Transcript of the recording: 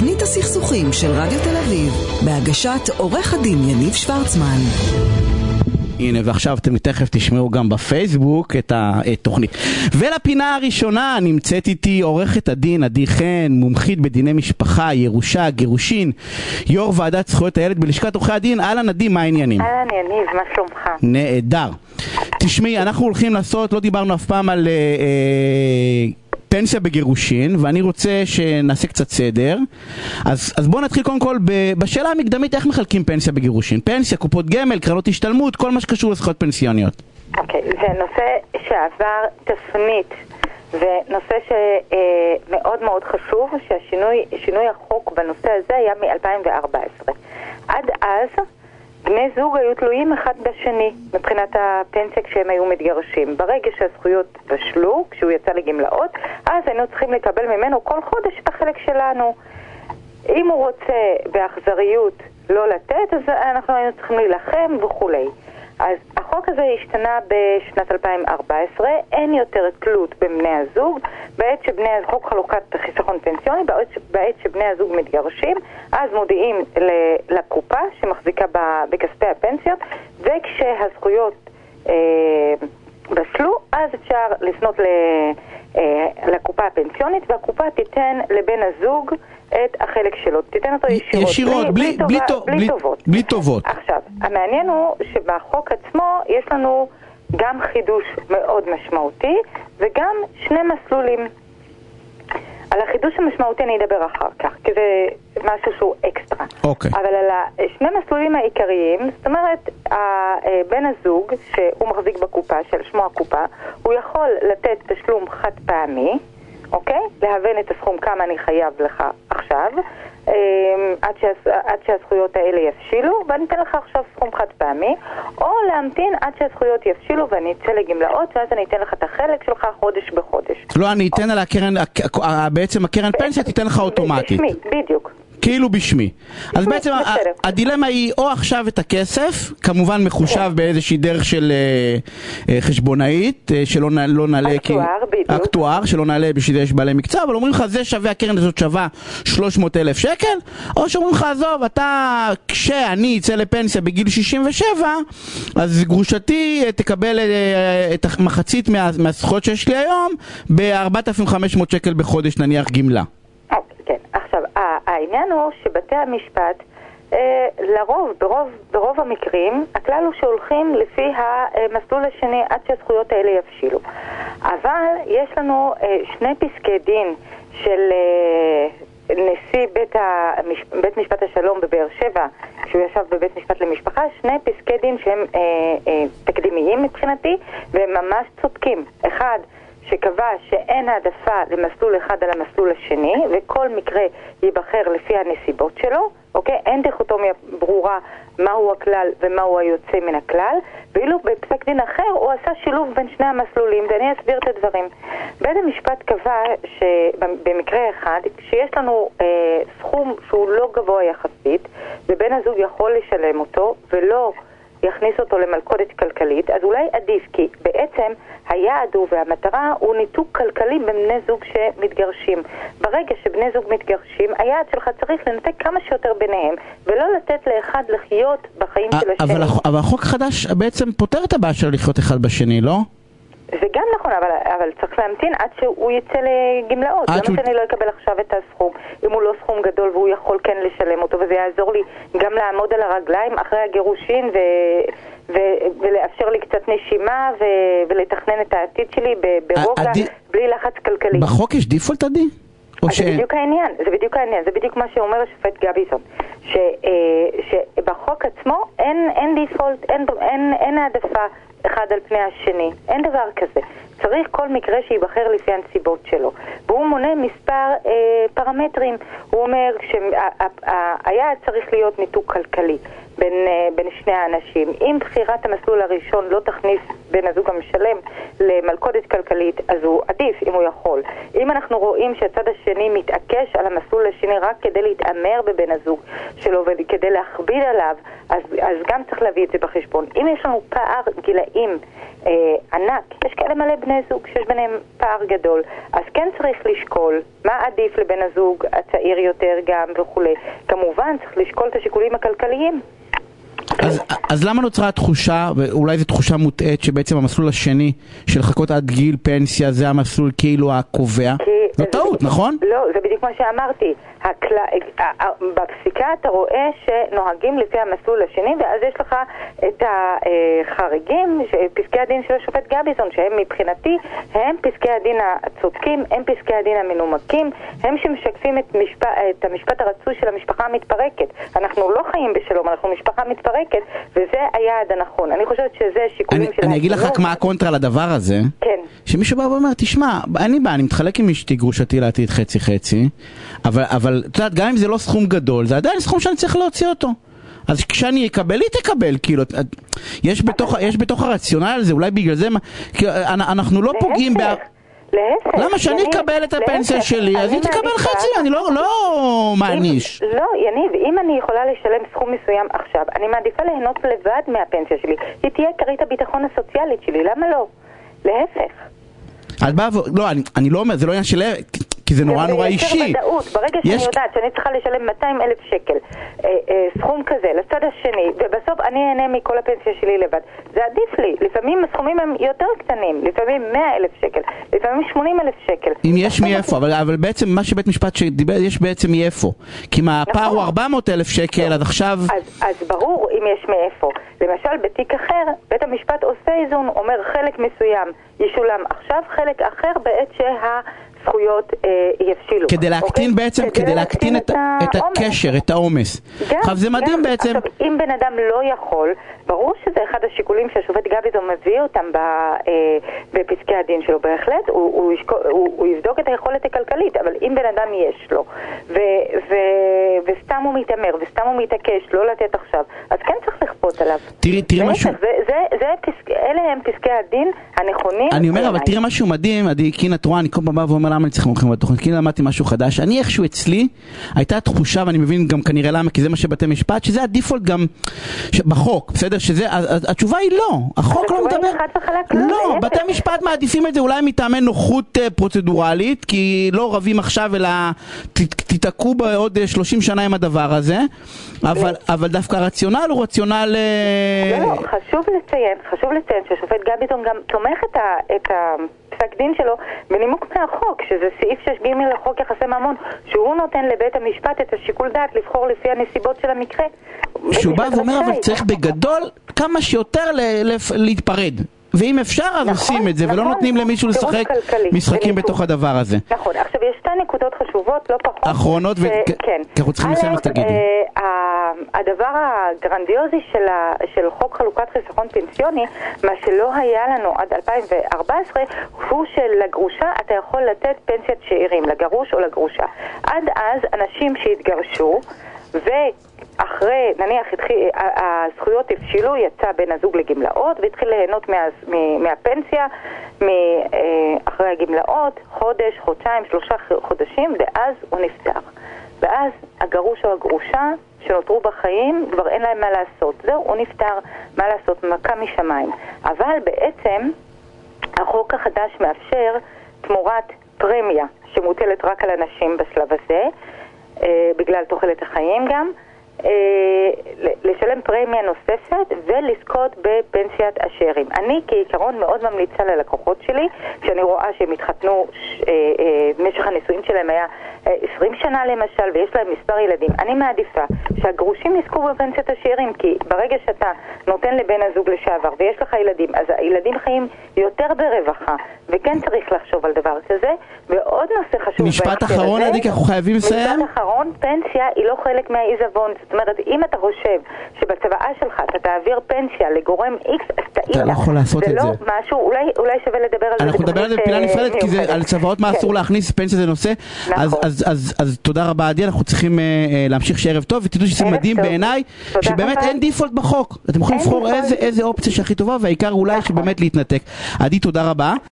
תוכנית הסכסוכים של רדיו תל אביב, בהגשת עורך הדין יניב שוורצמן. הנה, ועכשיו אתם תכף תשמעו גם בפייסבוק את התוכנית. ולפינה הראשונה נמצאת איתי עורכת הדין עדי חן, מומחית בדיני משפחה, ירושה, גירושין, יו"ר ועדת זכויות הילד בלשכת עורכי הדין. אהלן עדי, מה העניינים? אהלן יניב, מה שלומך? נהדר. תשמעי, אנחנו הולכים לעשות, לא דיברנו אף פעם על פנסיה בגירושין, ואני רוצה שנעשה קצת סדר. אז בואו נתחיל קודם כל בשאלה המקדמית, איך מחלקים פנסיה בגירושין? פנסיה, קופות גמל, קרנות השתלמות, כל מה שקשור לזכויות פנסיוניות. אוקיי, זה נושא שעבר תפנית, ונושא שמאוד מאוד חשוב, ששינוי החוק בנושא הזה היה מ-2014. עד אז בני זוג היו תלויים אחד בשני מבחינת הפנסיה כשהם היו מתגרשים. ברגע שהזכויות בשלו, כשהוא יצא לגמלאות, אז היינו צריכים לקבל ממנו כל חודש את החלק שלנו. אם הוא רוצה באכזריות לא לתת, אז אנחנו היינו צריכים להילחם וכולי. אז החוק הזה השתנה בשנת 2014, אין יותר תלות בין בני הזוג, בעת חוק חלוקת חיסכון פנסיוני, בעת שבני הזוג מתגרשים, אז מודיעים לקופה שמחזיקה בכספי הפנסיות, וכשהזכויות בשלו, אז אפשר לפנות לקופה הפנסיונית, והקופה תיתן לבן הזוג את החלק שלו, תיתן אותו ישירות, בלי טובות. עכשיו, המעניין הוא שבחוק עצמו יש לנו גם חידוש מאוד משמעותי וגם שני מסלולים. על החידוש המשמעותי אני אדבר אחר כך, כי זה משהו שהוא אקסטרה. אבל על שני מסלולים העיקריים, זאת אומרת, בן הזוג שהוא מחזיק בקופה, של שמו הקופה, הוא יכול לתת תשלום חד פעמי, אוקיי? להבין את הסכום כמה אני חייב לך עכשיו, עד שהזכויות האלה יפשילו, ואני אתן לך עכשיו סכום חד פעמי, או להמתין עד שהזכויות יפשילו ואני אצא לגמלאות, ואז אני אתן לך את החלק שלך חודש בחודש. לא, אני אתן על הקרן, בעצם הקרן פנסיה תיתן לך אוטומטית. בשמי, בדיוק. כאילו בשמי. אז בעצם הדילמה היא או עכשיו את הכסף, כמובן מחושב באיזושהי דרך של חשבונאית, שלא נעלה אקטואר, שלא נעלה בשביל יש בעלי מקצוע, אבל אומרים לך זה שווה, הקרן הזאת שווה 300,000 שקל, או שאומרים לך עזוב, כשאני אצא לפנסיה בגיל 67, אז גרושתי תקבל את המחצית מהזכויות שיש לי היום ב-4,500 שקל בחודש נניח גמלה. כן, עכשיו, העניין הוא שבתי המשפט, לרוב, ברוב המקרים, הכלל הוא שהולכים לפי המסלול השני עד שהזכויות האלה יפשילו. אבל יש לנו שני פסקי דין של נשיא בית משפט השלום בבאר שבע, שהוא ישב בבית משפט למשפחה, שני פסקי דין שהם תקדימיים מבחינתי, והם ממש צודקים. אחד, שקבע שאין העדפה למסלול אחד על המסלול השני, וכל מקרה ייבחר לפי הנסיבות שלו, אוקיי? אין דיכוטומיה ברורה מהו הכלל ומהו היוצא מן הכלל, ואילו בפסק דין אחר הוא עשה שילוב בין שני המסלולים, ואני אסביר את הדברים. בית המשפט קבע שבמקרה אחד, כשיש לנו סכום שהוא לא גבוה יחסית, ובן הזוג יכול לשלם אותו, ולא יכניס אותו למלכודת כלכלית, אז אולי עדיף, כי בעצם היעד הוא והמטרה הוא ניתוק כלכלי בבני זוג שמתגרשים. ברגע שבני זוג מתגרשים, היעד שלך צריך לנתק כמה שיותר ביניהם, ולא לתת לאחד לחיות בחיים של השני. אבל החוק החדש בעצם פותר את הבעיה של לחיות אחד בשני, לא? זה גם נכון, אבל צריך להמתין עד שהוא יצא לגמלאות. למה שאני לא אקבל עכשיו את הסכום, אם הוא לא סכום גדול והוא יכול כן לשלם אותו, וזה יעזור לי גם לעמוד על הרגליים אחרי הגירושין ולאפשר לי קצת נשימה ולתכנן את העתיד שלי ברוגע, בלי לחץ כלכלי. בחוק יש דיפולט עדי? זה בדיוק העניין, זה בדיוק מה שאומר השופט גביזון, שבחוק עצמו אין דיפולט, אין העדפה אחד על פני השני, אין דבר כזה. צריך כל מקרה שיבחר לפי הנסיבות שלו, והוא מונה מספר פרמטרים. הוא אומר שהיעד צריך להיות ניתוק כלכלי בין שני האנשים. אם בחירת המסלול הראשון לא תכניס בן הזוג המשלם למלכודת כלכלית, אז הוא עדיף אם הוא יכול. אם אנחנו רואים שהצד השני מתעקש על המסלול השני רק כדי להתאמר בבן הזוג שלו וכדי להכביד עליו, אז גם צריך להביא את זה בחשבון. אם יש לנו פער גילאים ענק, יש כאלה מלא בני בני זוג שיש ביניהם פער גדול. אז כן צריך לשקול מה עדיף לבן הזוג הצעיר יותר גם וכולי. כמובן צריך לשקול את השיקולים הכלכליים. אז למה נוצרה התחושה, ואולי זו תחושה מוטעת, שבעצם המסלול השני של לחכות עד גיל פנסיה זה המסלול כאילו הקובע? זו טעות, נכון? לא, זה בדיוק מה שאמרתי. בפסיקה אתה רואה שנוהגים לפי המסלול השני, ואז יש לך את החריגים, פסקי הדין של השופט גביזון, שהם מבחינתי, הם פסקי הדין הצודקים, הם פסקי הדין המנומקים, הם שמשקפים את המשפט הרצוי של המשפחה המתפרקת. אנחנו לא חיים בשלום, אנחנו משפחה מתפרקת, וזה היעד הנכון. אני חושבת שזה שיקולים של... אני אגיד לך רק מה הקונטרה לדבר הזה. כן. שמישהו בא ואומר, תשמע, אני מתחלק עם אשתי גרושתי לעתיד חצי-חצי, אבל את יודעת, גם אם זה לא סכום גדול, זה עדיין סכום שאני צריך להוציא אותו. אז כשאני אקבל, היא תקבל, כאילו, יש בתוך הרציונל הזה, אולי בגלל זה, אנחנו לא פוגעים להפך. למה שאני אקבל את הפנסיה שלי, אז היא תקבל חצי, אני לא מעניש. לא, יניב, אם אני יכולה לשלם סכום מסוים עכשיו, אני מעדיפה ליהנות לבד מהפנסיה שלי. היא תהיה כרית הביטחון הסוציאלית שלי, למה לא? להפך. לא, אני לא אומר, זה לא עניין של... כי זה נורא אישי. ברגע שאני יודעת שאני צריכה לשלם 200,000 שקל, סכום כזה, לצד השני, ובסוף אני אהנה מכל הפנסיה שלי לבד, זה עדיף לי. לפעמים הסכומים הם יותר קטנים, לפעמים 100,000 שקל, לפעמים 80,000 שקל. אם יש מאיפה, אבל בעצם מה שבית משפט שדיבר, יש בעצם מאיפה. כי הפער הוא 400,000 שקל, עד עכשיו... אז ברור אם יש מאיפה. למשל, בתיק אחר, בית המשפט עושה איזון, אומר חלק מסוים ישולם עכשיו, חלק אחר בעת זכויות יפשילו. כדי להקטין בעצם, כדי להקטין את הקשר, את העומס. עכשיו זה מדהים בעצם. עכשיו, אם בן אדם לא יכול, ברור שזה אחד השיקולים שהשופט גביזון מביא אותם בפסקי הדין שלו, בהחלט, הוא יבדוק את היכולת הכלכלית, אבל אם בן אדם יש לו, וסתם הוא מתאמר, וסתם הוא מתעקש לא לתת עכשיו, אז כן צריך לכפות עליו. תראי משהו... אלה הם פסקי הדין הנכונים. אני אומר, אבל תראי משהו מדהים, קינה תרועה, אני כל פעם בא ואומר למה אני צריך מומחים בתוכנית, כי למדתי משהו חדש. אני איכשהו אצלי, הייתה תחושה, ואני מבין גם כנראה למה, כי זה מה שבתי משפט, שזה הדיפולט גם בחוק, בסדר? שזה, התשובה היא לא. החוק לא מדבר... לא, בתי משפט מעדיפים את זה אולי מטעמי נוחות פרוצדורלית, כי לא רבים עכשיו, אלא תתעקו בעוד 30 שנה עם הדבר הזה, אבל דווקא הרציונל הוא רציונל... לא, חשוב לציין שהשופט גביזון גם תומך את הפסק דין שלו בנימוק מהחוק, שזה סעיף 6(ג) לחוק יחסי ממון, שהוא נותן לבית המשפט את השיקול דעת לבחור לפי הנסיבות של המקרה. שהוא בא ואומר, אבל צריך בגדול כמה שיותר להתפרד. ואם אפשר, אז עושים את זה, ולא נותנים למישהו לשחק משחקים בתוך הדבר הזה. נכון, עכשיו יש שתי נקודות חשובות, לא פחות. אחרונות, כי אנחנו צריכים לסיים, אז תגידי. הדבר הגרנדיוזי של חוק חלוקת חיסכון פנסיוני, מה שלא היה לנו עד 2014, הוא שלגרושה אתה יכול לתת פנסיית שאירים, לגרוש או לגרושה. עד אז אנשים שהתגרשו, ואחרי, נניח, הזכויות הפשילו, יצא בן הזוג לגמלאות, והתחיל ליהנות מהפנסיה, אחרי הגמלאות, חודש, חודשיים, 3 חודשים, ואז הוא נפטר. ואז הגרוש או הגרושה שנותרו בחיים, כבר אין להם מה לעשות. זהו, הוא נפטר, מה לעשות, מכה משמיים. אבל בעצם, החוק החדש מאפשר תמורת פרמיה, שמוטלת רק על אנשים בשלב הזה, בגלל תוחלת החיים גם, לשלם פרמיה נוספת ולזכות בפנסיית השאירים. אני כעיקרון מאוד ממליצה ללקוחות שלי, כשאני רואה שהם התחתנו, משך הנישואים שלהם היה 20 שנה למשל, ויש להם מספר ילדים. אני מעדיפה שהגרושים יזכו בפנסיית השאירים, כי ברגע שאתה נותן לבן הזוג לשעבר ויש לך ילדים, אז הילדים חיים יותר ברווחה, וכן צריך לחשוב על דבר כזה. ועוד נושא חשוב, משפט אחרון, עדי, כי אנחנו חייבים לסיים. משפט אחרון, פנסיה היא לא חלק מהעיזבון. זאת אומרת, אם אתה חושב שבצוואה שלך אתה תעביר פנסיה לגורם X, אז אתה לא יכול לעשות את זה. זה לא משהו, אולי שווה לדבר על זה. אנחנו נדבר על זה בפינה נפרדת, כי על צוואות מה אסור להכניס, פנסיה זה נושא. אז תודה רבה, עדי, אנחנו צריכים להמשיך שערב טוב, ותדעו שזה מדהים בעיניי, שבאמת אין דיפולט בחוק. אתם יכולים לבחור איזה אופציה שהכי טובה, והעיקר אולי שבאמת להתנתק. עדי, תודה רבה.